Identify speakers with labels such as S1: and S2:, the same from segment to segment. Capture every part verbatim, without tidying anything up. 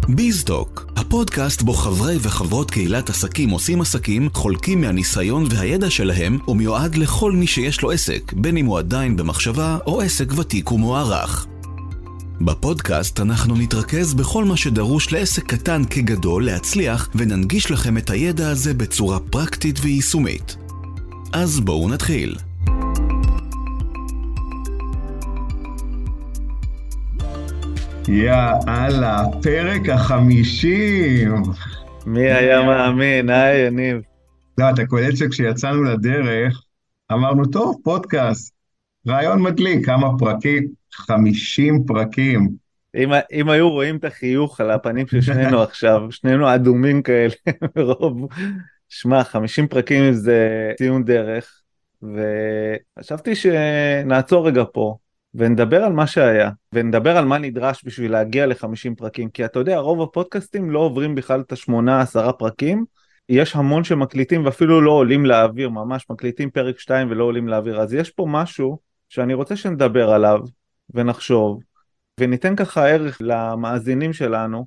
S1: ביזטוק, הפודקאסט בו חברי וחברות קהילת עסקים עושים עסקים, חולקים מהניסיון והידע שלהם, ומיועד לכל מי שיש לו עסק, בין אם הוא עדיין במחשבה או עסק ותיק ומוערך. בפודקאסט אנחנו נתרכז בכל מה שדרוש לעסק קטן כגדול להצליח, וננגיש לכם את הידע הזה בצורה פרקטית ויישומית. אז בואו נתחיל.
S2: יאללה, פרק החמישים.
S3: מי היה מאמין? היי, יניב.
S2: לא, אתה קולט שכשיצאנו לדרך, אמרנו, טוב, פודקאסט, רעיון מדליק, כמה פרקים? חמישים פרקים.
S3: אם, אם היו רואים את החיוך על הפנים של שנינו עכשיו, שנינו אדומים כאלה, רוב, שמע, חמישים פרקים זה ציון דרך, וחשבתי שנעצור רגע פה, ונדבר על מה שהיה, ונדבר על מה נדרש בשביל להגיע ל-חמישים פרקים, כי אתה יודע, רוב הפודקאסטים לא עוברים בכלל את השמונה, עשרה פרקים, יש המון שמקליטים ואפילו לא עולים לאוויר, ממש מקליטים פרק שתיים ולא עולים לאוויר, אז יש פה משהו שאני רוצה שנדבר עליו, ונחשוב, וניתן ככה ערך למאזינים שלנו,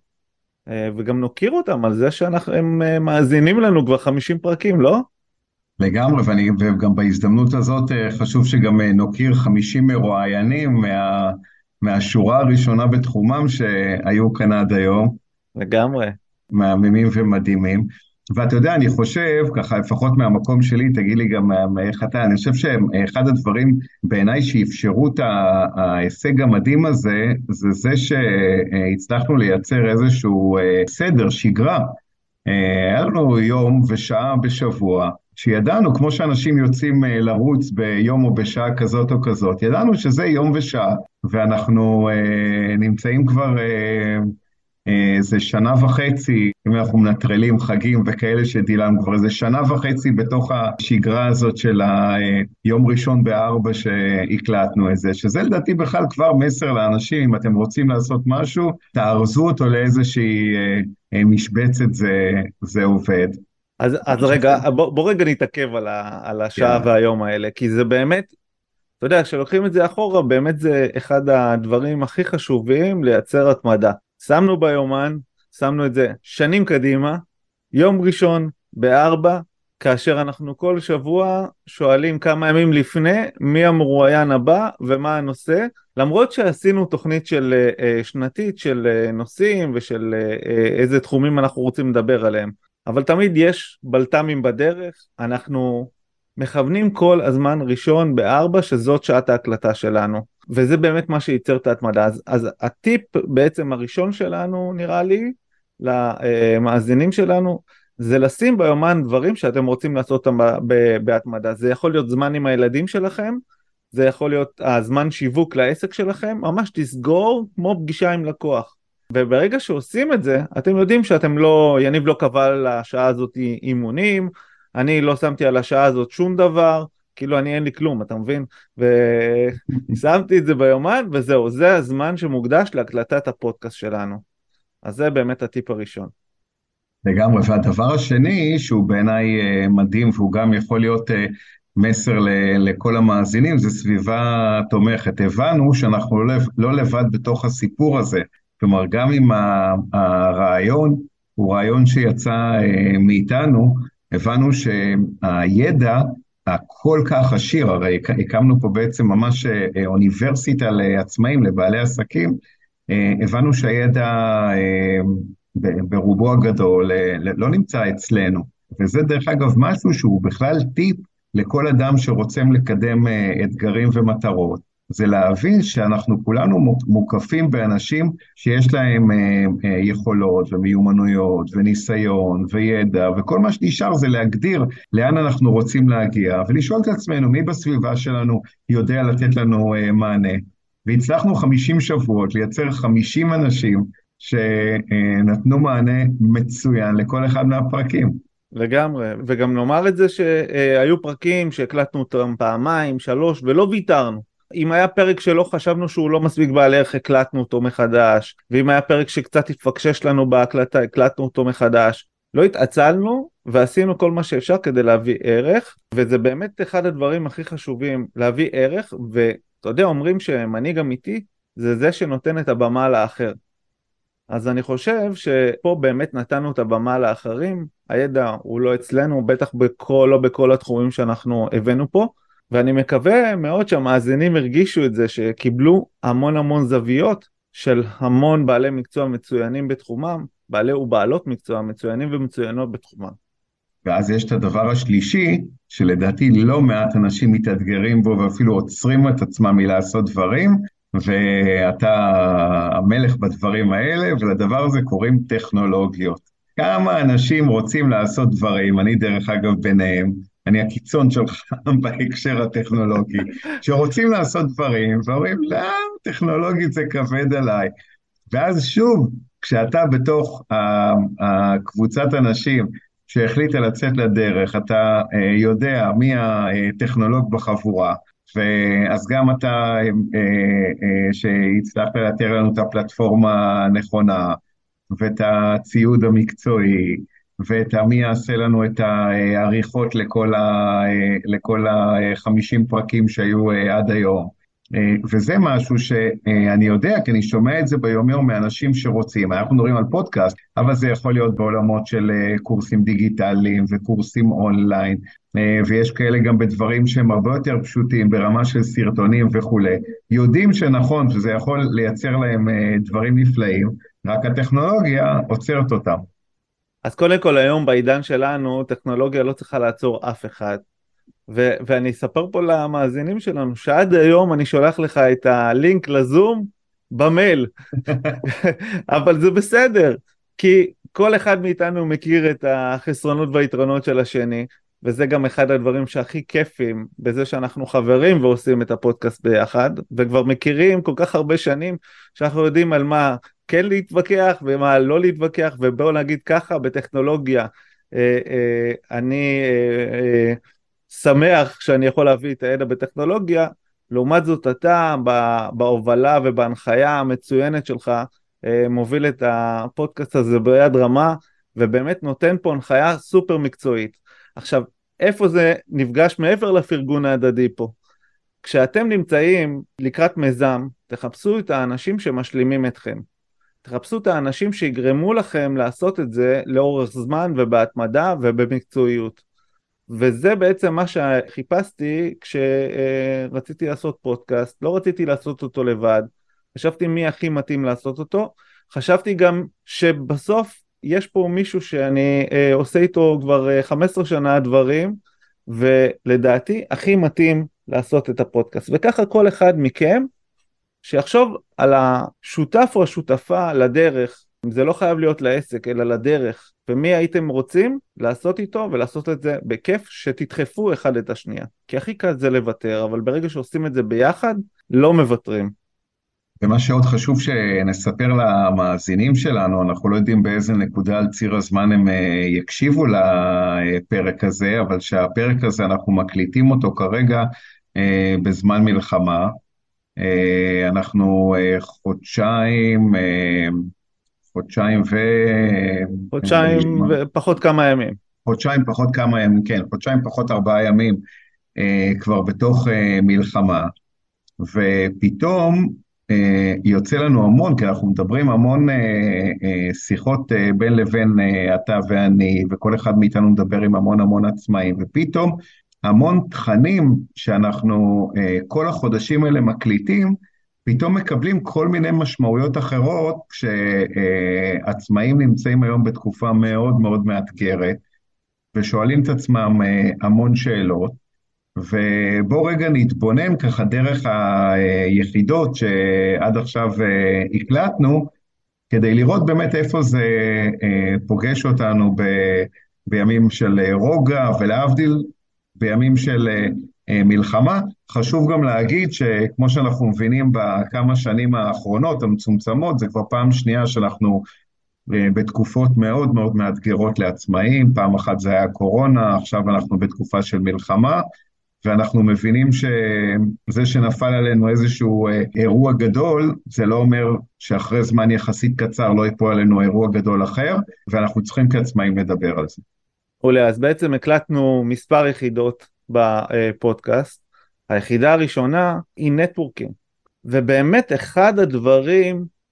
S3: וגם נוקיר אותם על זה שהם מאזינים לנו כבר חמישים פרקים, לא?
S2: לגמרי, ואני, וגם בהזדמנות הזאת חשוב שגם נוקיר חמישים מרואיינים מה, מהשורה הראשונה בתחומם שהיו כאן עד היום.
S3: לגמרי.
S2: מהממים ומדהימים. ואתה יודע, אני חושב, ככה לפחות מהמקום שלי, תגיד לי גם איך אתה, אני חושב שאחד הדברים בעיניי שאפשרו את ההישג המדהים הזה, זה זה שהצלחנו לייצר איזשהו סדר, שגרה. היה לנו יום ושעה בשבוע, שידענו, כמו שאנשים יוצאים לרוץ ביום או בשעה כזאת או כזאת, ידענו שזה יום ושעה, ואנחנו אה, נמצאים כבר אה, איזה שנה וחצי, אם אנחנו מנטרלים חגים וכאלה שדילנו, כבר איזה שנה וחצי בתוך השגרה הזאת של היום ראשון בארבע שהקלטנו את זה, שזה לדעתי בכלל כבר מסר לאנשים, אם אתם רוצים לעשות משהו, תארזו אותו לאיזושהי אה, משבצת, זה, זה עובד.
S3: אז, אז רגע, בוא, בוא רגע נתעכב על, ה, על השעה yeah. והיום האלה, כי זה באמת, אתה יודע, כשלוקחים את זה אחורה, באמת זה אחד הדברים הכי חשובים לייצר התמדה. שמנו ביומן, שמנו את זה שנים קדימה, יום ראשון בארבע, כאשר אנחנו כל שבוע שואלים כמה ימים לפני מי המרואיין הבא ומה הנושא, למרות שעשינו תוכנית של שנתית של נושאים ושל איזה תחומים אנחנו רוצים לדבר עליהם. אבל תמיד יש בלטמים בדרך, אנחנו מכוונים כל הזמן ראשון בארבע, שזאת שעת ההקלטה שלנו, וזה באמת מה שייצר את ההתמדה. אז, אז הטיפ בעצם הראשון שלנו, נראה לי, למאזינים שלנו, זה לשים ביומן דברים שאתם רוצים לעשות אותם בהתמדה. זה יכול להיות זמן עם הילדים שלכם, זה יכול להיות הזמן שיווק לעסק שלכם, ממש תסגור כמו פגישה עם לקוח. וברגע שעושים את זה, אתם יודעים שאתם לא, יניב לא קבע על השעה הזאת אימונים, אני לא שמתי על השעה הזאת שום דבר, כאילו אני אין לי כלום, אתה מבין? ושמתי את זה ביומן, וזהו, זה הזמן שמוקדש להקלטת הפודקאסט שלנו. אז זה באמת הטיפ הראשון.
S2: לגמרי, והדבר השני, שהוא בעיניי מדהים, והוא גם יכול להיות מסר לכל המאזינים, זה סביבה תומכת. הבנו שאנחנו לא לבד בתוך הסיפור הזה, כלומר, גם אם הרעיון הוא רעיון שיצא מאיתנו, הבנו שהידע הכל כך עשיר, הרי הקמנו פה בעצם ממש אוניברסיטה לעצמאים, לבעלי עסקים, הבנו שהידע ברובו הגדול לא נמצא אצלנו, וזה דרך אגב משהו שהוא בכלל טיפ לכל אדם שרוצים לקדם אתגרים ומטרות. זה להבין שאנחנו כולנו מוקפים באנשים שיש להם יכולות ומיומנויות וניסיון וידע, וכל מה שנשאר זה להגדיר לאן אנחנו רוצים להגיע, ולשאול את עצמנו מי בסביבה שלנו יודע לתת לנו מענה. והצלחנו חמישים שבועות לייצר חמישים אנשים שנתנו מענה מצוין לכל אחד מהפרקים.
S3: לגמרי, וגם נאמר את זה שהיו פרקים שהקלטנו אותם פעמיים, שלוש, ולא ויתרנו. אם היה פרק שלא חשבנו שהוא לא מספיק בעל ערך, הקלטנו אותו מחדש, ואם היה פרק שקצת התפקשש לנו בהקלטה, הקלטנו אותו מחדש. לא התעצלנו ועשינו כל מה שאפשר כדי להביא ערך, וזה באמת אחד הדברים הכי חשובים, להביא ערך, ואתה יודע, אומרים שמנהיג אמיתי זה זה שנותן את הבמה לאחר. אז אני חושב שפה באמת נתנו את הבמה לאחרים, הידע הוא לא אצלנו, בטח בכל, לא בכל התחומים שאנחנו הבאנו פה, ואני מקווה מאוד שהמאזינים הרגישו את זה, שקיבלו המון המון זוויות של המון בעלי מקצוע מצוינים בתחומם, בעלי ובעלות מקצוע מצוינים ומצוינות בתחומם.
S2: ואז יש את הדבר השלישי, שלדעתי לא מעט אנשים מתאתגרים בו ואפילו עוצרים את עצמם מלעשות דברים, ואתה המלך בדברים האלה, ולדבר הזה קוראים טכנולוגיות. כמה אנשים רוצים לעשות דברים, אני דרך אגב ביניהם, אני הקיצון שלך בהקשר הטכנולוגי, שרוצים לעשות דברים, ואומרים, לא, טכנולוגית זה כבד עליי. ואז שוב, כשאתה בתוך הקבוצת אנשים שהחליטה לצאת לדרך, אתה יודע מי הטכנולוג בחבורה, ואז גם אתה שהצלחת לאתר לנו את הפלטפורמה הנכונה, ואת הציוד המקצועי, ואת מי יעשה לנו את העריכות לכל, ה, לכל ה-חמישים פרקים שהיו עד היום. וזה משהו שאני יודע, כי אני שומע את זה ביום יום מאנשים שרוצים. אנחנו מדברים על פודקאסט, אבל זה יכול להיות בעולמות של קורסים דיגיטליים וקורסים אונליין, ויש כאלה גם בדברים שהם הרבה יותר פשוטים, ברמה של סרטונים וכו'. יודעים שנכון שזה יכול לייצר להם דברים נפלאים, רק הטכנולוגיה עוצרת אותם.
S3: אז קודם כל היום בעידן שלנו, טכנולוגיה לא צריכה לעצור אף אחד. ו- ואני אספר פה למאזינים שלנו, שעד היום אני שולח לך את הלינק לזום במייל, אבל זה בסדר, כי כל אחד מאיתנו מכיר את החסרונות והיתרונות של השני, וזה גם אחד הדברים שהכי כיפים, בזה שאנחנו חברים ועושים את הפודקאסט ביחד, וכבר מכירים כל כך הרבה שנים, שאנחנו יודעים על מה כן להתווכח, ומה לא להתווכח, ובואו נגיד ככה, בטכנולוגיה, אה, אה, אני אה, אה, שמח שאני יכול להביא את הידע בטכנולוגיה, לעומת זאת אתה, בהובלה ובהנחיה המצוינת שלך, אה, מוביל את הפודקאסט הזה ביד רמה, ובאמת נותן פה הנחיה סופר מקצועית. עכשיו, איפה זה נפגש מעבר לפרגון ההדדי פה? כשאתם נמצאים לקראת מיזם, תחפשו את האנשים שמשלימים אתכם. תחפשו את האנשים שיגרמו לכם לעשות את זה לאורך זמן ובהתמדה ובמקצועיות. וזה בעצם מה שחיפשתי כשרציתי לעשות פודקאסט. לא רציתי לעשות אותו לבד. חשבתי מי הכי מתאים לעשות אותו. חשבתי גם שבסוף יש פה מישהו שאני אה, עושה איתו כבר אה, חמש עשרה שנה דברים, ולדעתי הכי מתאים לעשות את הפודקאסט. וככה כל אחד מכם, שיחשוב על השותף או השותפה לדרך, זה לא חייב להיות לעסק, אלא לדרך, ומי הייתם רוצים לעשות איתו, ולעשות את זה בכיף, שתדחפו אחד את השנייה. כי הכי קל זה לוותר, אבל ברגע שעושים את זה ביחד, לא מוותרים.
S2: ומה שעוד חשוב שנספר למאזינים שלנו, אנחנו לא יודעים באיזה נקודה על ציר הזמן הם יקשיבו לפרק הזה, אבל שהפרק הזה אנחנו מקליטים אותו כרגע בזמן מלחמה. אנחנו חודשיים, חודשיים ו...
S3: חודשיים ופחות כמה ימים.
S2: חודשיים פחות כמה ימים, כן, חודשיים פחות ארבעה ימים כבר בתוך מלחמה, ופתאום יוצא לנו המון, כי אנחנו מדברים המון שיחות בין לבין אתה ואני, וכל אחד מאיתנו מדבר עם המון המון עצמאים, ופתאום המון תכנים שאנחנו כל החודשים האלה מקליטים, פתאום מקבלים כל מיני משמעויות אחרות, כשעצמאים נמצאים היום בתקופה מאוד מאוד מאתגרת, ושואלים את עצמם המון שאלות, ובואו רגע נתבונן ככה דרך היחידות שעד עכשיו הקלטנו, כדי לראות באמת איפה זה פוגש אותנו ב, בימים של רוגע, ולהבדיל בימים של מלחמה. חשוב גם להגיד שכמו שאנחנו מבינים בכמה שנים האחרונות המצומצמות, זה כבר פעם שנייה שאנחנו בתקופות מאוד מאוד מאתגרות לעצמאים, פעם אחת זה היה קורונה, עכשיו אנחנו בתקופה של מלחמה, ואנחנו מבינים שזה שנפל עלינו איזשהו אירוע גדול, זה לא אומר שאחרי זמן יחסית קצר לא ייפול עלינו אירוע גדול אחר, ואנחנו צריכים כעצמאים לדבר על זה.
S3: אולי, אז בעצם הקלטנו מספר יחידות בפודקאסט. היחידה הראשונה היא נטוורקינג, ובאמת אחד הדברים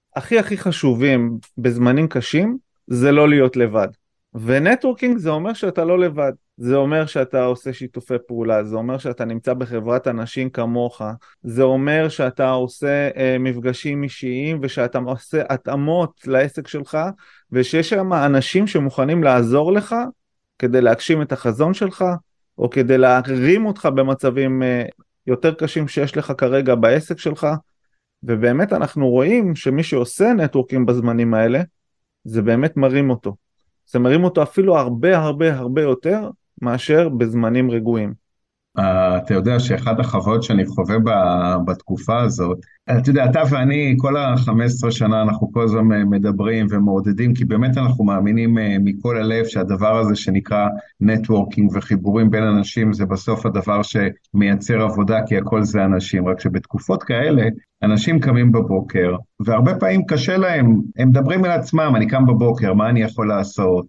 S3: הכי הכי חשובים בזמנים קשים, זה לא להיות לבד. ונטוורקינג זה אומר שאתה לא לבד, זה אומר שאתה עושה שיתופי פעולה, זה אומר שאתה נמצא בחברת אנשים כמוך, זה אומר שאתה עושה אה, מפגשים אישיים, ושאתה עושה התאמות לעסק שלך, ושיש שם אנשים שמוכנים לעזור לך, כדי להגשים את החזון שלך, או כדי להרים אותך במצבים אה, יותר קשים שיש לך כרגע בעסק שלך, ובאמת אנחנו רואים שמי שעושה נטוורקינג בזמנים האלה, זה באמת מרים אותו. זה מרים אותו אפילו הרבה הרבה הרבה יותר מאשר בזמנים רגועים.
S2: אתה יודע שאחד החוויות שאני חווה בתקופה הזאת, אתה יודע, אתה ואני, כל ה-חמש עשרה שנה אנחנו כל הזמן מדברים ומעודדים, כי באמת אנחנו מאמינים מכל הלב שהדבר הזה שנקרא נטוורקינג וחיבורים בין אנשים, זה בסוף הדבר שמייצר עבודה, כי הכל זה אנשים. רק שבתקופות כאלה, אנשים קמים בבוקר, והרבה פעמים קשה להם, הם מדברים על עצמם, אני קם בבוקר, מה אני יכול לעשות?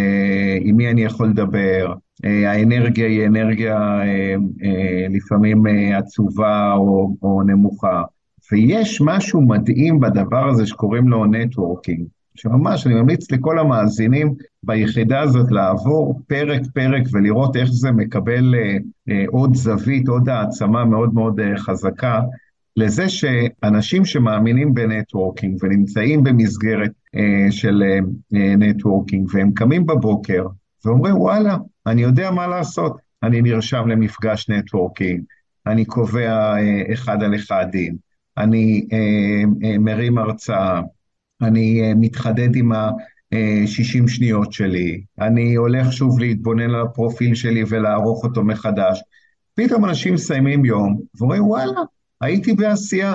S2: עם מי אני יכול לדבר? האנרגיה היא אנרגיה לפעמים עצובה או, או נמוכה, ויש משהו מדהים בדבר הזה שקוראים לו נטוורקינג, שממש אני ממליץ לכל המאזינים ביחידה הזאת לעבור פרק פרק ולראות איך זה מקבל עוד זווית, עוד העצמה מאוד מאוד חזקה, לזה שאנשים שמאמינים בנטוורקינג ונמצאים במסגרת של נטוורקינג והם קמים בבוקר ואומרים וואלה, אני יודע מה לעשות, אני נרשם למפגש נטוורקינג, אני קובע אחד על אחדים, אני מרים הרצאה, אני מתחדד עם ה-שישים שניות שלי, אני הולך שוב להתבונן על הפרופיל שלי ולערוך אותו מחדש. פתאום אנשים מסיימים יום ואומרים וואלה, הייתי בעשייה,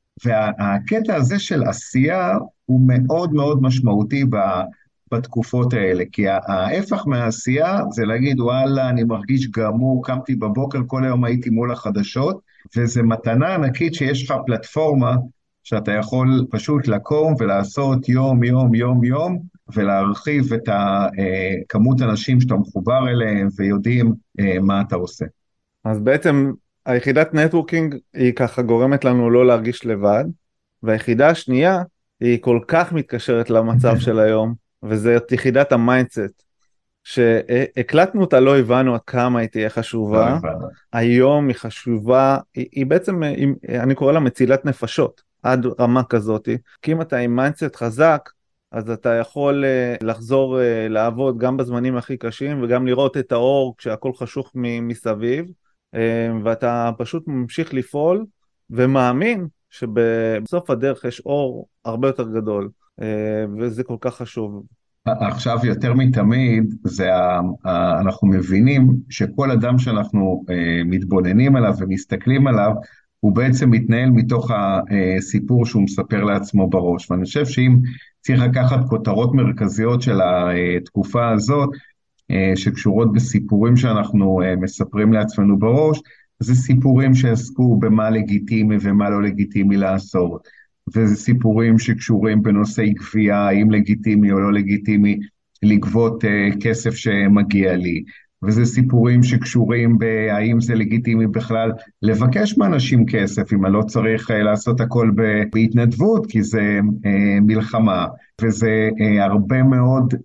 S2: והקטע הזה של עשייה הוא מאוד מאוד משמעותי ב... בתקופות האלה, כי ההפך מהעשייה זה להגיד וואלה אני מרגיש גמור, קמתי בבוקר, כל היום הייתי מול החדשות, וזה מתנה ענקית שיש לך פלטפורמה שאתה יכול פשוט לקום ולעשות יום יום יום יום, ולהרחיב את כמות אנשים שאתה מחובר אליהם ויודעים מה אתה עושה.
S3: אז בעצם היחידת נטוורקינג היא ככה גורמת לנו לא להרגיש לבד, והיחידה השנייה היא כל כך מתקשרת למצב של היום, וזאת יחידת המיינדסט, שהקלטנו אותה, לא הבנו עד כמה היא תהיה חשובה, היום היא חשובה, היא, היא בעצם, היא, אני קורא לה מצילת נפשות, עד רמה כזאת, כי אם אתה עם מיינדסט חזק, אז אתה יכול לחזור לעבוד גם בזמנים הכי קשים, וגם לראות את האור כשהכל חשוך מסביב, ואתה פשוט ממשיך לפעול, ומאמין שבסוף הדרך יש אור הרבה יותר גדול, וזה כל כך חשוב.
S2: עכשיו יותר מתמיד, זה, אנחנו מבינים שכל אדם שאנחנו מתבוננים עליו ומסתכלים עליו, הוא בעצם מתנהל מתוך הסיפור שהוא מספר לעצמו בראש. ואני חושב שאם צריך לקחת כותרות מרכזיות של התקופה הזאת, שקשורות בסיפורים שאנחנו מספרים לעצמנו בראש, זה סיפורים שעסקו במה לגיטימי ומה לא לגיטימי לעשות. וזה סיפורים שקשורים בנושאי גבייה, האם לגיטימי או לא לגיטימי לגבות uh, כסף שמגיע לי, וזה סיפורים שקשורים בהאם זה לגיטימי בכלל לבקש מאנשים כסף, אם אני לא צריך uh, לעשות הכל בהתנדבות, כי זה uh, מלחמה, וזה uh, הרבה מאוד uh,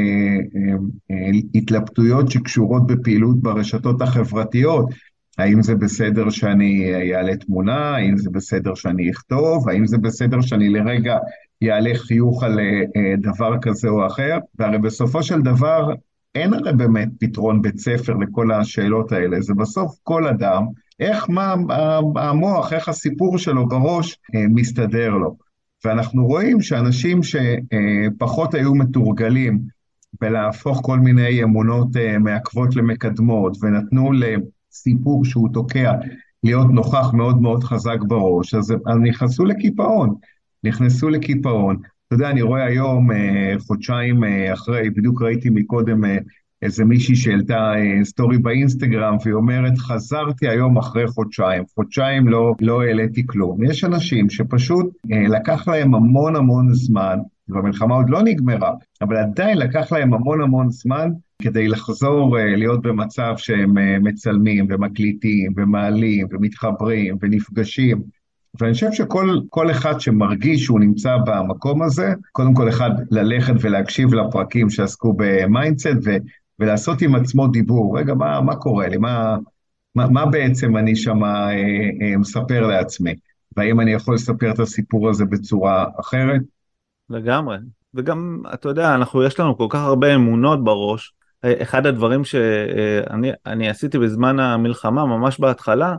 S2: uh, uh, התלבטויות שקשורות בפעילות ברשתות החברתיות, האם זה בסדר שאני אעלה תמונה, האם זה בסדר שאני אכתוב, האם זה בסדר שאני לרגע יעלה חיוך על דבר כזה או אחר, והרי בסופו של דבר אין הרי באמת פתרון בית ספר לכל השאלות האלה, זה בסוף כל אדם, איך מה המוח, איך הסיפור שלו בראש מסתדר לו, ואנחנו רואים שאנשים שפחות היו מתורגלים בלהפוך כל מיני אמונות מעכבות למקדמות, ונתנו ל... סיפור שהוא תוקע, להיות נוכח מאוד מאוד חזק בראש, אז, אז נכנסו לקיפאון, נכנסו לקיפאון. אתה יודע, אני רואה היום, חודשיים אחרי, בדיוק ראיתי מקודם איזה מישהי שהעלתה סטורי באינסטגרם, והיא אומרת, חזרתי היום אחרי חודשיים, חודשיים לא, לא העליתי כלום. יש אנשים שפשוט לקח להם המון המון זמן, והמלחמה עוד לא נגמרה, אבל עדיין לקח להם המון המון זמן, כדי לחזור להיות במצב שהם מצלמים ומקליטים ומעלים ומתחברים ונפגשים, ואני חושב שכל כל אחד שמרגיש שהוא נמצא במקום הזה, קודם כל אחד ללכת ולהקשיב לפרקים שעסקו במיינדסט, ו, ולעשות עם עצמו דיבור, רגע, מה, מה קורה לי, מה, מה, מה בעצם אני שם אה, אה, מספר לעצמי, והאם אני יכול לספר את הסיפור הזה בצורה אחרת?
S3: לגמרי. וגם, אתה יודע, אנחנו, יש לנו כל כך הרבה אמונות בראש. אחד הדברים שאני אני עשיתי בזמן המלחמה, ממש בהתחלה,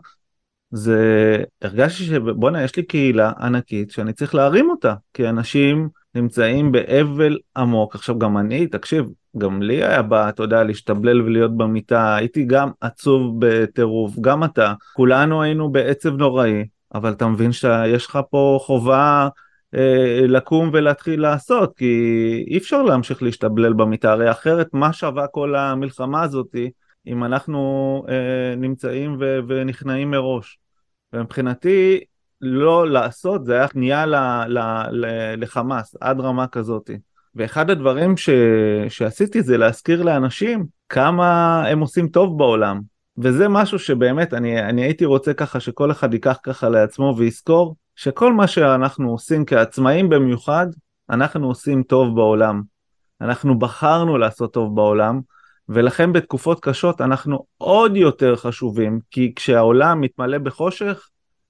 S3: זה הרגשתי שבוא'נה, יש לי קהילה ענקית שאני צריך להרים אותה, כי אנשים נמצאים באבל עמוק. עכשיו גם אני, תקשיב, גם לי היה בא, אתה יודע, להשתבלל ולהיות במיטה, הייתי גם עצוב בטירוף, גם אתה, כולנו היינו בעצב נוראי, אבל אתה מבין שיש לך פה חובה אה, לקום ולהתחיל לעשות, כי אי אפשר להמשיך להשתבלל במיטה, הרי אחרת מה שווה כל המלחמה הזאת, אם אנחנו אה, נמצאים ו- ונכנעים מראש. ומבחינתי לא לעשות, זה היה כניעה ל- ל- ל- לחמאס, עד רמה כזאת. ואחד הדברים ש- שעשיתי זה להזכיר לאנשים כמה הם עושים טוב בעולם. וזה משהו שבאמת אני, אני הייתי רוצה ככה שכל אחד ייקח ככה לעצמו ויזכור, שכל מה שאנחנו עושים כעצמאים במיוחד, אנחנו עושים טוב בעולם. אנחנו בחרנו לעשות טוב בעולם, ולכן בתקופות קשות אנחנו עוד יותר חשובים, כי כשהעולם מתמלא בחושך,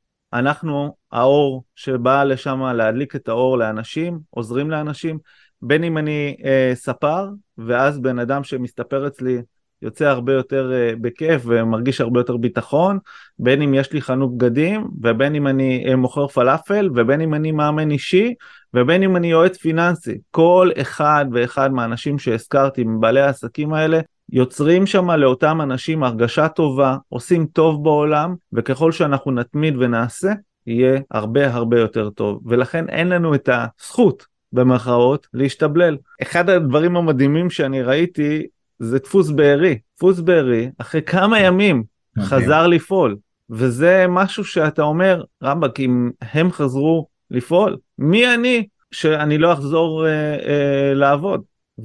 S3: אנחנו האור שבא לשם להדליק את האור לאנשים, עוזרים לאנשים, בין אם אני אה, ספר, ואז בן אדם שמסתפר אצלי יוצא הרבה יותר אה, בכיף ומרגיש הרבה יותר ביטחון, בין אם יש לי חנות בגדים, ובין אם אני אה, מוכר פלאפל, ובין אם אני מאמן אישי, ובין אם אני יועץ פיננסי. כל אחד ואחד מהאנשים שהזכרתי, מבעלי העסקים האלה, יוצרים שם לאותם אנשים הרגשה טובה, עושים טוב בעולם, וככל שאנחנו נתמיד ונעשה, יהיה הרבה הרבה יותר טוב. ולכן אין לנו את הזכות, במרכאות, להשתבלל. אחד הדברים המדהימים שאני ראיתי, זה דפוס בארי. דפוס בארי, אחרי כמה ימים, חזר לפעול. וזה משהו שאתה אומר, רבאק, אם הם חזרו לפעול, מי אני שאני לא אחזור אה, אה, לעבוד?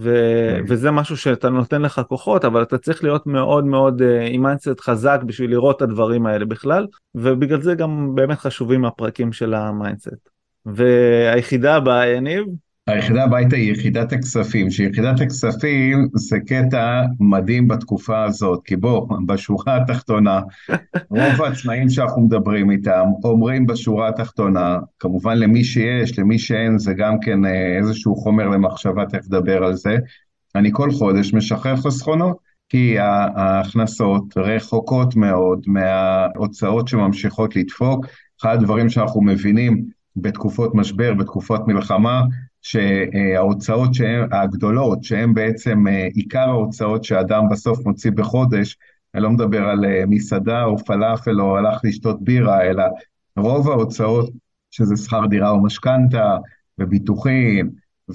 S3: ו- וזה משהו שאתה נותן לך כוחות, אבל אתה צריך להיות מאוד מאוד עם מיינדסט חזק בשביל לראות את הדברים האלה בכלל, ובגלל זה גם באמת חשובים הפרקים של המיינדסט. והיחידה הבאה, יניב?
S2: היחידה הביתה היא יחידת הכספים, שיחידת הכספים זה קטע מדהים בתקופה הזאת, כי בוא, בשורה התחתונה, רוב העצמאים שאנחנו מדברים איתם, אומרים בשורה התחתונה, כמובן למי שיש, למי שאין, זה גם כן איזשהו חומר למחשבה, תכף לדבר על זה, אני כל חודש משחרר חסכונות, כי ההכנסות רחוקות מאוד מההוצאות שממשיכות לדפוק, אחד הדברים שאנחנו מבינים בתקופות משבר, בתקופות מלחמה, שההוצאות שהן, הגדולות, שהן בעצם עיקר ההוצאות שהאדם בסוף מוציא בחודש, אני לא מדבר על מסעדה או פלאפל או הלך לשתות בירה, אלא רוב ההוצאות, שזה שכר דירה או משכנתה, וביטוחים,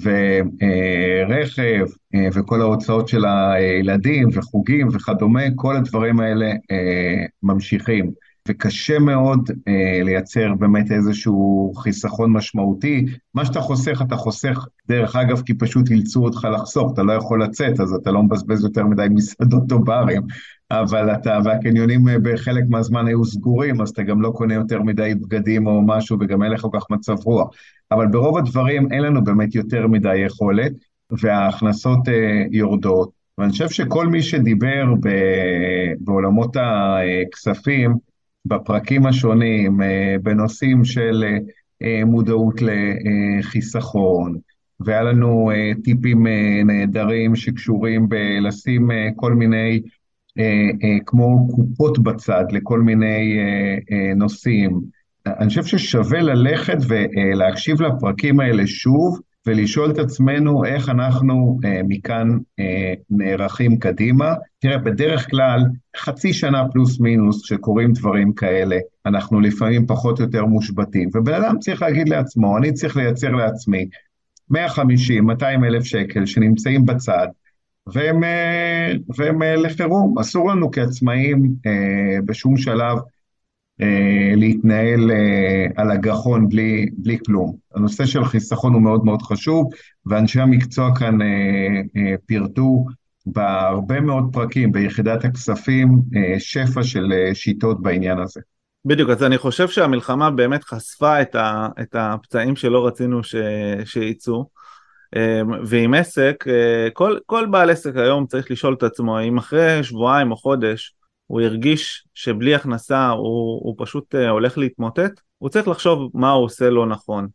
S2: ורכב, וכל ההוצאות של הילדים, וחוגים וכדומה, כל הדברים האלה ממשיכים. וקשה מאוד אה, לייצר באמת איזשהו חיסכון משמעותי. מה שאתה חוסך, אתה חוסך, דרך אגב, כי פשוט אילצו אותך לחסוך, אתה לא יכול לצאת, אז אתה לא מבזבז יותר מדי מסעדות או ברים, אבל אתה, והקניונים בחלק מהזמן היו סגורים, אז אתה גם לא קונה יותר מדי בגדים או משהו, וגם אין לך כל כך מצב רוח. אבל ברוב הדברים אין לנו באמת יותר מדי יכולת, וההכנסות אה, יורדות. ואני חושב שכל מי שדיבר ב, בעולמות הכספים, בפרקים השונים, בנושאים של מודעות לחיסכון, והיה לנו טיפים נהדרים שקשורים בלשים כל מיני, כמו קופות בצד לכל מיני נושאים. אני חושב ששווה ללכת ולהקשיב לפרקים האלה שוב, ולשאול את עצמנו איך אנחנו אה, מכאן אה, נערכים קדימה. תראה, בדרך כלל, חצי שנה פלוס מינוס שקורים דברים כאלה, אנחנו לפעמים פחות או יותר מושבתים, ובן אדם צריך להגיד לעצמו, אני צריך לייצר לעצמי מאה וחמישים מאתיים אלף שקל שנמצאים בצד, והם, אה, והם אה, לחירום. אסור לנו כעצמאים אה, בשום שלב, להתנהל על הגחון בלי, בלי כלום. הנושא של חיסכון הוא מאוד מאוד חשוב, ואנשי המקצוע כאן פירטו בהרבה מאוד פרקים ביחידת הכספים, שפע של שיטות בעניין הזה.
S3: בדיוק, אז אני חושב שהמלחמה באמת חשפה את, ה, את הפצעים שלא רצינו ש, שייצאו, ועם עסק, כל, כל בעל עסק היום צריך לשאול את עצמו, אם אחרי שבועיים או חודש הוא הרגיש שבלי הכנסה הוא, הוא פשוט הולך להתמוטט, הוא צריך לחשוב מה הוא עושה לא נכון.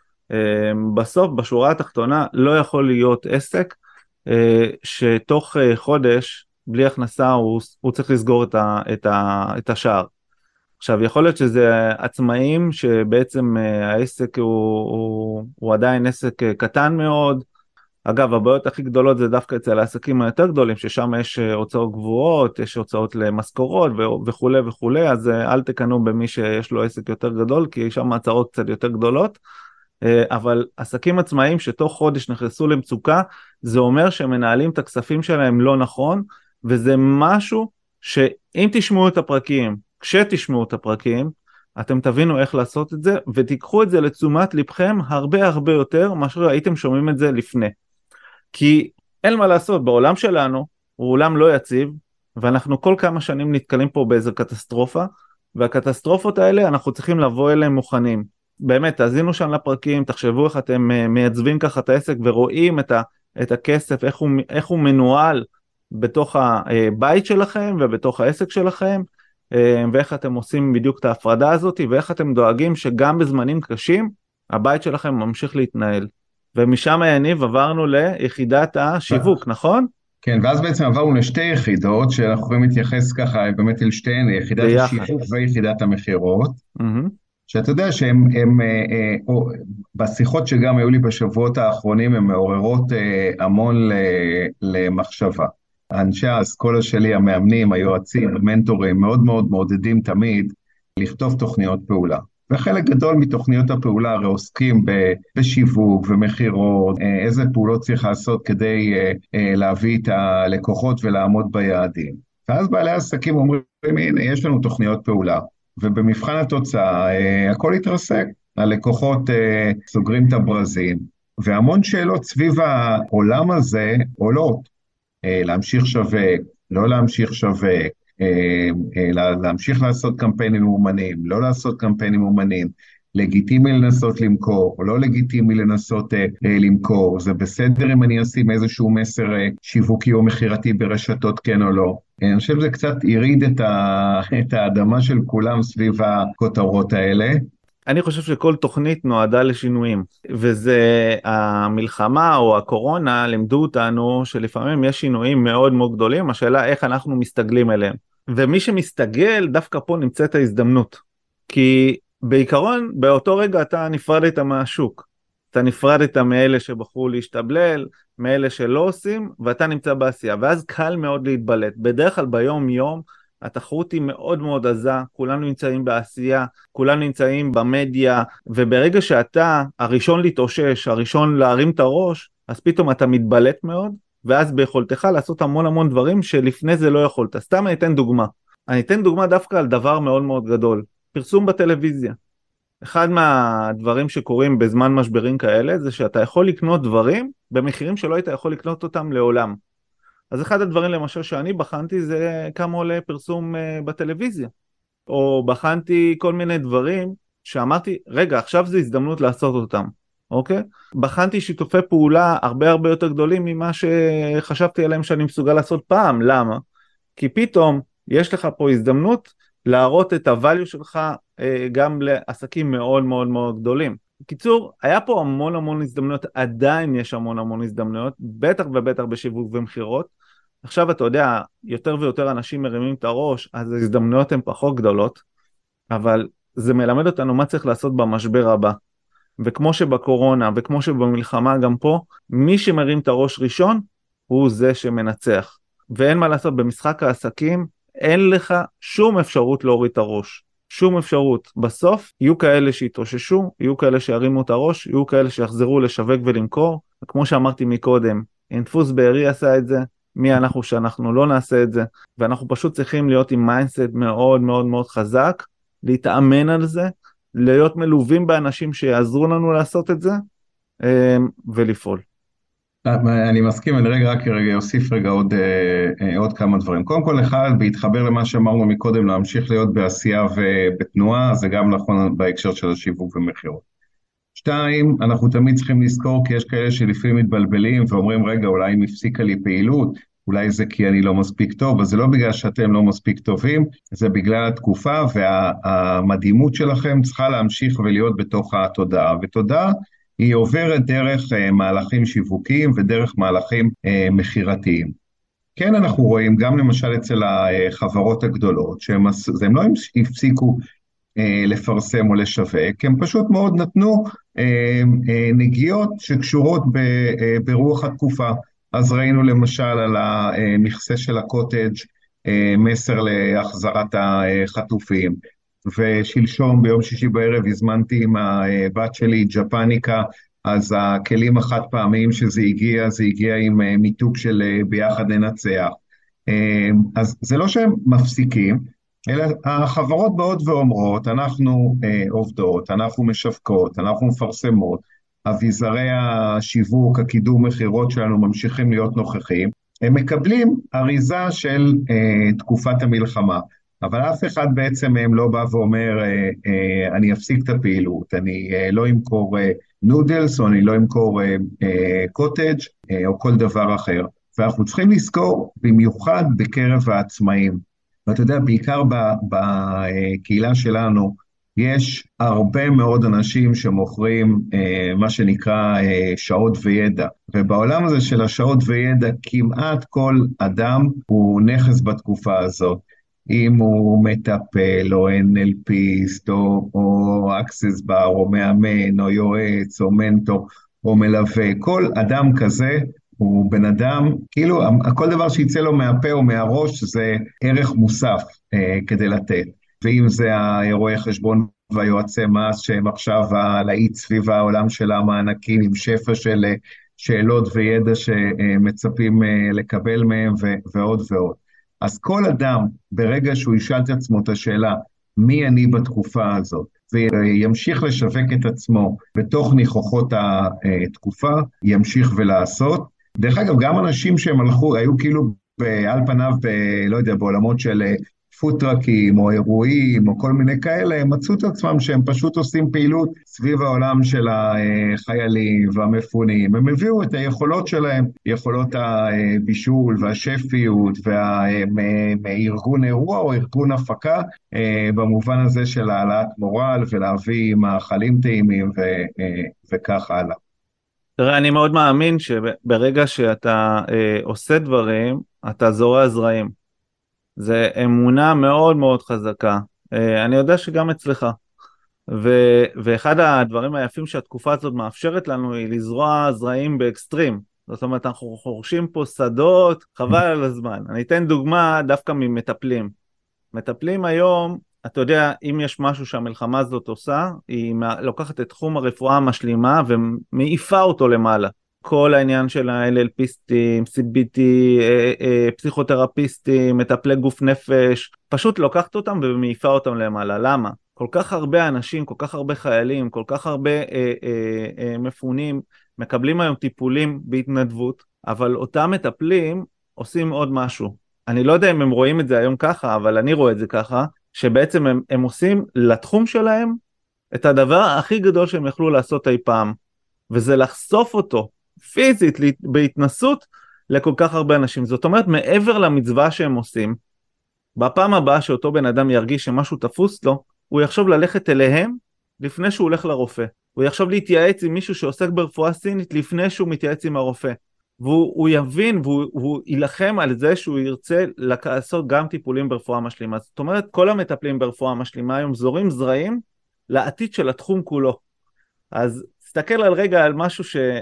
S3: בסוף, בשורה התחתונה, לא יכול להיות עסק שתוך חודש בלי הכנסה הוא, הוא צריך לסגור את, ה, את, ה, את השער. עכשיו, יכול להיות שזה עצמאים שבעצם העסק הוא, הוא, הוא עדיין עסק קטן מאוד. אגב, הבעיות הכי גדולות זה דווקא אצל העסקים היותר גדולים, ששם יש הוצאות גבוהות, יש הוצאות למשכורות וכו' וכו', אז אל תקנו במי שיש לו עסק יותר גדול, כי שם הצעות קצת יותר גדולות. אבל עסקים עצמאים שתוך חודש נכנסו למצוקה, זה אומר שמנהלים את הכספים שלהם לא נכון, וזה משהו שאם תשמעו את הפרקים, כשתשמעו את הפרקים, אתם תבינו איך לעשות את זה, ותיקחו את זה לתשומת לבכם הרבה הרבה יותר, מאשר הייתם שומעים את זה לפני. כי אין מה לעשות, בעולם שלנו, הוא עולם לא יציב, ואנחנו כל כמה שנים נתקלים פה באיזו קטסטרופה, והקטסטרופות האלה אנחנו צריכים לבוא אליהם מוכנים. באמת, תאזינו שם לפרקים, תחשבו איך אתם מייצבים ככה את העסק, ורואים את, ה, את הכסף, איך הוא, איך הוא מנוהל בתוך הבית שלכם, ובתוך העסק שלכם, ואיך אתם עושים בדיוק את ההפרדה הזאת, ואיך אתם דואגים שגם בזמנים קשים, הבית שלכם ממשיך להתנהל. ומשם יניב עברנו ליחידת השיווק, נכון?
S2: כן, ואז בעצם עברנו לשתי יחידות, שאנחנו יכולים להתייחס ככה באמת אל שתיהן, יחידת ביחד. השיווק ויחידת המחירות, mm-hmm. שאתה יודע שהם, הם, אה, אה, בשיחות שגם היו לי בשבועות האחרונים, הן מעוררות אה, המון למחשבה. האנשי האסכולה שלי, המאמנים, היועצים, המנטורים, מאוד מאוד מעודדים תמיד לכתוב תוכניות פעולה. וחלק גדול מתוכניות הפעולה הרי עוסקים בשיווק ומחירות, איזה פעולות צריך לעשות כדי להביא את הלקוחות ולעמוד ביעדים. ואז בעלי העסקים אומרים, הנה, יש לנו תוכניות פעולה, ובמבחן התוצאה הכל התרסק. הלקוחות סוגרים את הברזים, והמון שאלות סביב העולם הזה עולות. להמשיך שווק, לא להמשיך שווק, להמשיך לעשות קמפיינים מאומנים, לא לעשות קמפיינים מאומנים, לגיטימי לנסות למכור, או לא לגיטימי לנסות למכור, זה בסדר אם אני אשים איזשהו מסר שיווקי או מחירתי ברשתות כן או לא. אני חושב שזה קצת יריד את האדמה של כולם סביב הכותרות האלה.
S3: אני חושב שכל תוכנית נועדה לשינויים, וזה המלחמה או הקורונה לימדו אותנו שלפעמים יש שינויים מאוד מאוד גדולים, השאלה איך אנחנו מסתגלים אליהם. ומי שמסתגל דווקא פה נמצאת ההזדמנות, כי בעיקרון באותו רגע אתה נפרדת מהשוק, אתה נפרדת מאלה שבחרו להשתבלל, מאלה שלא עושים, ואתה נמצא בעשייה, ואז קל מאוד להתבלט. בדרך כלל ביום יום, התחרות היא מאוד מאוד עזה, כולנו נמצאים בעשייה, כולנו נמצאים במדיה, וברגע שאתה הראשון להתאושש, הראשון להרים את הראש, אז פתאום אתה מתבלט מאוד, ואז ביכולתך לעשות המון המון דברים שלפני זה לא יכולת. סתם אני אתן דוגמה. אני אתן דוגמה דווקא על דבר מאוד מאוד גדול. פרסום בטלוויזיה. אחד מהדברים שקורים בזמן משברים כאלה, זה שאתה יכול לקנות דברים במחירים שלא היית יכול לקנות אותם לעולם. אז אחד הדברים למשל שאני בחנתי זה כמה עולה פרסום בטלוויזיה. או בחנתי כל מיני דברים שאמרתי, רגע, עכשיו זו הזדמנות לעשות אותם. אוקיי? בחנתי שיתופי פעולה הרבה הרבה יותר גדולים ממה שחשבתי עליהם שאני מסוגל לעשות פעם. למה? כי פתאום יש לך פה הזדמנות להראות את הvalue שלך גם לעסקים מאוד מאוד מאוד גדולים. בקיצור, היה פה המון המון הזדמנויות, עדיין יש המון המון הזדמנויות, בטח ובטח בשיווק ומחירות. עכשיו אתה יודע, יותר ויותר אנשים מרימים את הראש, אז ההזדמנויות הן פחות גדולות, אבל זה מלמד אותנו מה צריך לעשות במשבר הבא. וכמו שבקורונה וכמו שבמלחמה גם פה, מי שמרים את הראש ראשון הוא זה שמנצח. ואין מה לעשות, במשחק העסקים אין לך שום אפשרות להוריד את הראש. שום אפשרות. בסוף יהיו כאלה שיתאוששו, יהיו כאלה שירימו את הראש, יהיו כאלה שיחזרו לשווק ולמכור. כמו שאמרתי מקודם, אינפוס בארי עשה את זה, מי אנחנו שאנחנו לא נעשה את זה, ואנחנו פשוט צריכים להיות עם מיינדסט מאוד מאוד מאוד חזק, להתאמן על זה, להיות מלווים באנשים שיעזרו לנו לעשות את זה, ולפעול.
S2: אני מסכים, אני רגע רק רגע אוסיף רגע עוד, עוד כמה דברים. קודם כל, אחד, בהתחבר למה שאמרנו מקודם, להמשיך להיות בעשייה ובתנועה, זה גם נכון בהקשר של השיווק ומחירות. שתיים, אנחנו תמיד צריכים לזכור, כי יש כאלה שלפעמים מתבלבלים ואומרים, רגע, אולי אם הפסיקה לי פעילות, אולי זה כי אני לא מספיק טוב, אז זה לא בגלל שאתם לא מספיק טובים, זה בגלל התקופה, והמדהימות שלכם צריכה להמשיך ולהיות בתוך התודעה, ותודעה היא עוברת דרך uh, מהלכים שיווקיים ודרך מהלכים uh, מחירתיים. כן, אנחנו רואים גם למשל אצל החברות הגדולות, שהם הם לא הפסיקו uh, לפרסם או לשווק, הם פשוט מאוד נתנו uh, uh, נגיעות שקשורות ב, uh, ברוח התקופה. אז ראינו למשל על המכסה של הקוטג' uh, מסר להחזרת החטופים, ושלשום ביום שישי בערב הזמנתי עם הבת שלי ג'פניקה, אז הכלים החד פעמיים שזה הגיע, זה הגיע עם מיתוג של ביחד ננצח. אז זה לא שהם מפסיקים, אלא החברות באות ואומרות, אנחנו עובדות, אנחנו משווקות, אנחנו מפרסמות, אביזרי השיווק, הקידום מחירות שלנו ממשיכים להיות נוכחים, הם מקבלים אריזה של תקופת המלחמה. אבל אף אחד בעצם מהם לא בא ואומר, אה, אה, אני אפסיק את הפעילות, אני אה, לא אמכור אה, נודלס, או אני לא אמכור אה, אה, קוטג' אה, או כל דבר אחר. ואנחנו צריכים לזכור, במיוחד בקרב העצמאים. ואתה יודע, בעיקר בקהילה שלנו, יש הרבה מאוד אנשים שמוכרים אה, מה שנקרא אה, שעות וידע. ובעולם הזה של השעות וידע, כמעט כל אדם הוא נכס בתקופה הזאת. אם הוא מטפל, או אן אל פיסט, או, או אקסס בר, או מאמן, או יועץ, או מנטור, או מלווה, כל אדם כזה הוא בן אדם, כאילו כל דבר שיצא לו מהפה או מהראש זה ערך מוסף אה, כדי לתת. ואם זה האירועי חשבון והיועצי מס שהם עכשיו להיט סביב העולם של המענקים עם שפע של שאלות וידע שמצפים אה, לקבל מהם ו- ועוד ועוד. אז כל אדם, ברגע שהוא ישאל את עצמו את השאלה, מי אני בתקופה הזאת, וימשיך לשווק את עצמו בתוך ניחוחות התקופה, ימשיך ולעשות. דרך אגב, גם אנשים שהם הלכו, היו כאילו על פניו, ב, לא יודע, בעולמות של פוטרקים או אירועים או כל מיני כאלה, הם מצאו את עצמם שהם פשוט עושים פעילות סביב העולם של החיילים והמפונים. הם הביאו את היכולות שלהם, יכולות הבישול והשפיות והארגון אירוע או ארגון הפקה, במובן הזה של העלאת מורל ולהביא מאכלים טעימים וכך הלאה.
S3: תראה, אני מאוד מאמין שברגע שאתה עושה דברים, אתה זורע זרעים. זה אמונה מאוד מאוד חזקה, אני יודע שגם אצלך, ו- ואחד הדברים היפים שהתקופה הזאת מאפשרת לנו היא לזרוע זרעים באקסטרים, זאת אומרת אנחנו חורשים פה שדות, חבל על הזמן. אני אתן דוגמה דווקא ממטפלים, מטפלים היום, אתה יודע, אם יש משהו שהמלחמה הזאת עושה, היא לוקחת את תחום הרפואה המשלימה ומעיפה אותו למעלה. כל העניין של ה-אל אל פיסטים, סי בי טי, פסיכותרפיסטים, מטפלי גוף נפש, פשוט לוקחת אותם ומעיפה אותם למעלה. למה? כל כך הרבה אנשים, כל כך הרבה חיילים, כל כך הרבה אה, אה, אה, מפונים, מקבלים היום טיפולים בהתנדבות, אבל אותם מטפלים עושים עוד משהו. אני לא יודע אם הם רואים את זה היום ככה, אבל אני רואה את זה ככה, שבעצם הם, הם עושים לתחום שלהם את הדבר הכי גדול שהם יכלו לעשות אי פעם, וזה לחשוף אותו פיזית, בהתנסות לכל כך הרבה אנשים. זאת אומרת, מעבר למצווה שהם עושים, בפעם הבאה שאותו בן אדם ירגיש שמשהו תפוס לו, הוא יחשוב ללכת אליהם לפני שהוא הולך לרופא. הוא יחשוב להתייעץ עם מישהו שעוסק ברפואה סינית לפני שהוא מתייעץ עם הרופא. והוא יבין והוא, והוא ילחם על זה שהוא ירצה לעשות גם טיפולים ברפואה משלימה. זאת אומרת, כל המטפלים ברפואה משלימה היום זורים זרעים לעתיד של התחום כולו. אז תסתכל על רגע על משהו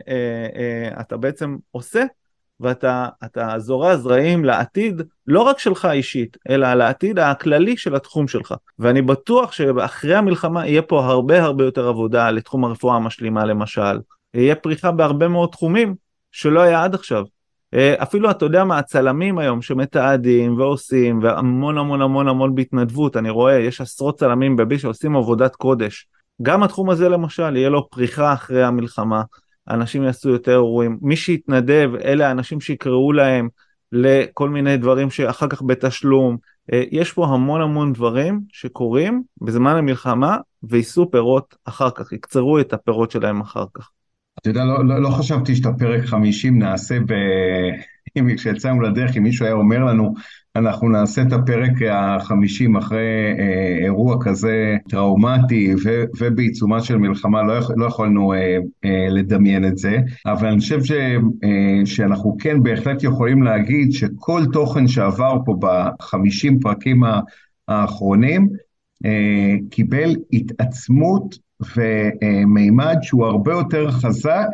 S3: שאתה בעצם עושה, ואתה אתה זורע זרעים לעתיד, לא רק שלך אישית, אלא לעתיד הכללי של התחום שלך. ואני בטוח שאחרי המלחמה יהיה פה הרבה הרבה יותר עבודה לתחום הרפואה המשלימה למשל. יהיה פריחה בהרבה מאוד תחומים שלא היה עד עכשיו. אפילו אתה יודע מה, הצלמים היום שמתעדים ועושים, והמון המון המון המון בהתנדבות, אני רואה, יש עשרות צלמים בבי שעושים עבודת קודש. גם התחום הזה למשל יהיה לו פריחה אחרי המלחמה, אנשים יעשו יותר אירועים, מי שיתנדב, אלה האנשים שיקראו להם לכל מיני דברים שאחר כך בתשלום, יש פה המון המון דברים שקורים בזמן המלחמה, ויישאו פירות אחר כך, יקצרו את הפירות שלהם אחר כך.
S2: אתה יודע, לא, לא, לא חשבתי שאת הפרק חמישים נעשה ב... אם כשיצאנו לדרך, אם מישהו היה אומר לנו, אנחנו נעשה את הפרק החמישים אחרי אה, אירוע כזה טראומטי ו, ובעיצומה של מלחמה, לא, לא יכולנו אה, אה, לדמיין את זה, אבל אני חושב ש, אה, שאנחנו כן בהחלט יכולים להגיד שכל תוכן שעבר פה בחמישים פרקים האחרונים, אה, קיבל התעצמות ומימד שהוא הרבה יותר חזק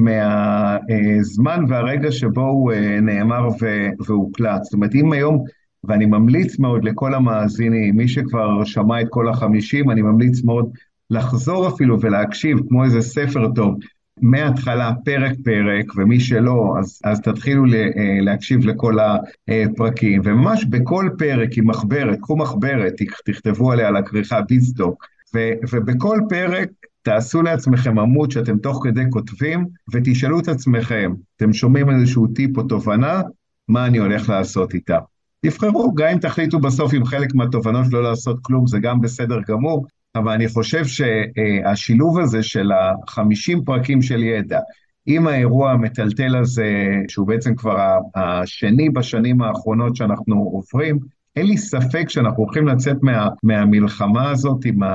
S2: מהזמן והרגע שבו הוא נאמר והוקלט. זאת אומרת, אם היום, ואני ממליץ מאוד לכל המאזינים, מי שכבר שמע את כל החמישים, אני ממליץ מאוד לחזור אפילו ולהקשיב כמו איזה ספר טוב, מההתחלה פרק פרק, ומי שלא, אז, אז תתחילו להקשיב לכל הפרקים, וממש בכל פרק עם מחברת, קחו מחברת, תכתבו עליה על הכריכה ביזדוק, ו- ובכל פרק תעשו לעצמכם עמוד שאתם תוך כדי כותבים, ותשאלו את עצמכם, אתם שומעים איזשהו טיפ או תובנה, מה אני הולך לעשות איתה? תבחרו, גם אם תחליטו בסוף עם חלק מהתובנות לא לעשות כלום, זה גם בסדר גמור, אבל אני חושב שהשילוב הזה של החמישים פרקים של ידע, עם האירוע המטלטל הזה, שהוא בעצם כבר השני בשנים האחרונות שאנחנו עוברים, אין לי ספק שאנחנו הולכים לצאת מה, מהמלחמה הזאת עם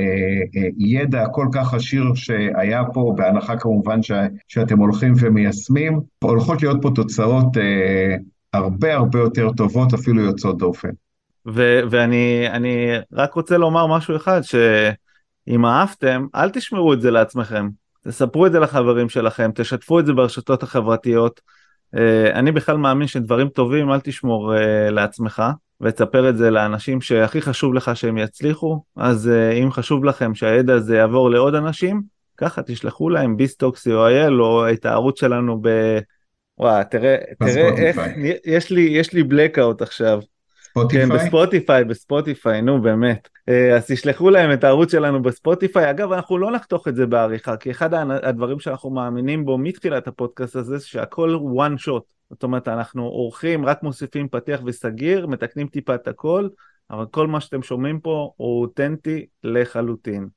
S2: הידע הכל כך עשיר שהיה פה, בהנחה כמובן ש, שאתם הולכים ומיישמים, הולכות להיות פה תוצאות אה, הרבה הרבה יותר טובות, אפילו יוצאות דופן.
S3: ו- ואני אני רק רוצה לומר משהו אחד, שאם אהבתם, אל תשמרו את זה לעצמכם, תספרו את זה לחברים שלכם, תשתפו את זה ברשתות החברתיות, אני בכלל מאמין שדברים טובים אל תשמור לעצמך, ותספר את זה לאנשים שהכי חשוב לך שהם יצליחו, אז אם חשוב לכם שהידע הזה יעבור לעוד אנשים, ככה תשלחו להם ביסטוק סי או איי אל או את הערוץ שלנו ב... וואו, תראה, תראה איך, יש לי, יש לי בלקאוט עכשיו.
S2: ספוטיפיי?
S3: כן, בספוטיפיי, בספוטיפיי, נו באמת. אז תשלחו להם את הערוץ שלנו בספוטיפיי. אגב, אנחנו לא נחתוך את זה בעריכה, כי אחד הדברים שאנחנו מאמינים בו מתחילת הפודקאסט הזה, שהכל one shot. זאת אומרת, אנחנו עורכים, רק מוסיפים פתיח וסגיר, מתקנים טיפה את הכל, אבל כל מה שאתם שומעים פה הוא אותנטי לחלוטין.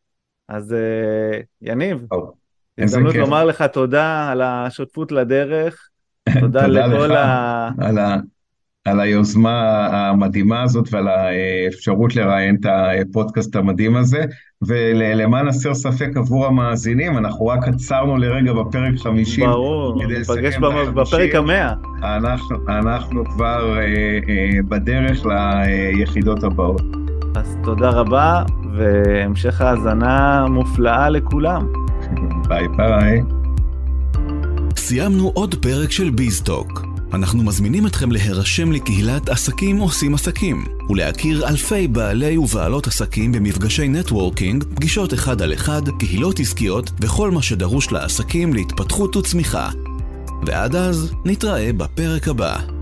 S3: אז יניב, הזדמנות לומר לך תודה על השותפות לדרך, תודה לכל ה...
S2: על ה... על היוזמה המדהימה הזאת ועל האפשרות לראיין את הפודקאסט המדהים הזה, ולמען הסר ספק עבור המאזינים, אנחנו רק עצרנו לרגע בפרק חמישים.
S3: ברור, נפגש בפרק המאה.
S2: אנחנו, אנחנו כבר אה, אה, בדרך ליחידות הבאות.
S3: אז תודה רבה, והמשך ההאזנה מופלאה לכולם.
S2: ביי ביי.
S1: סיימנו עוד פרק של ביזטוק. אנחנו מזמינים אתכם להירשם לקהילת עסקים עושים עסקים, ולהכיר אלפי בעלי ובעלות עסקים במפגשי נטוורקינג, פגישות אחד על אחד, קהילות עסקיות וכל מה שדרוש לעסקים להתפתחות וצמיחה. ועד אז נתראה בפרק הבא.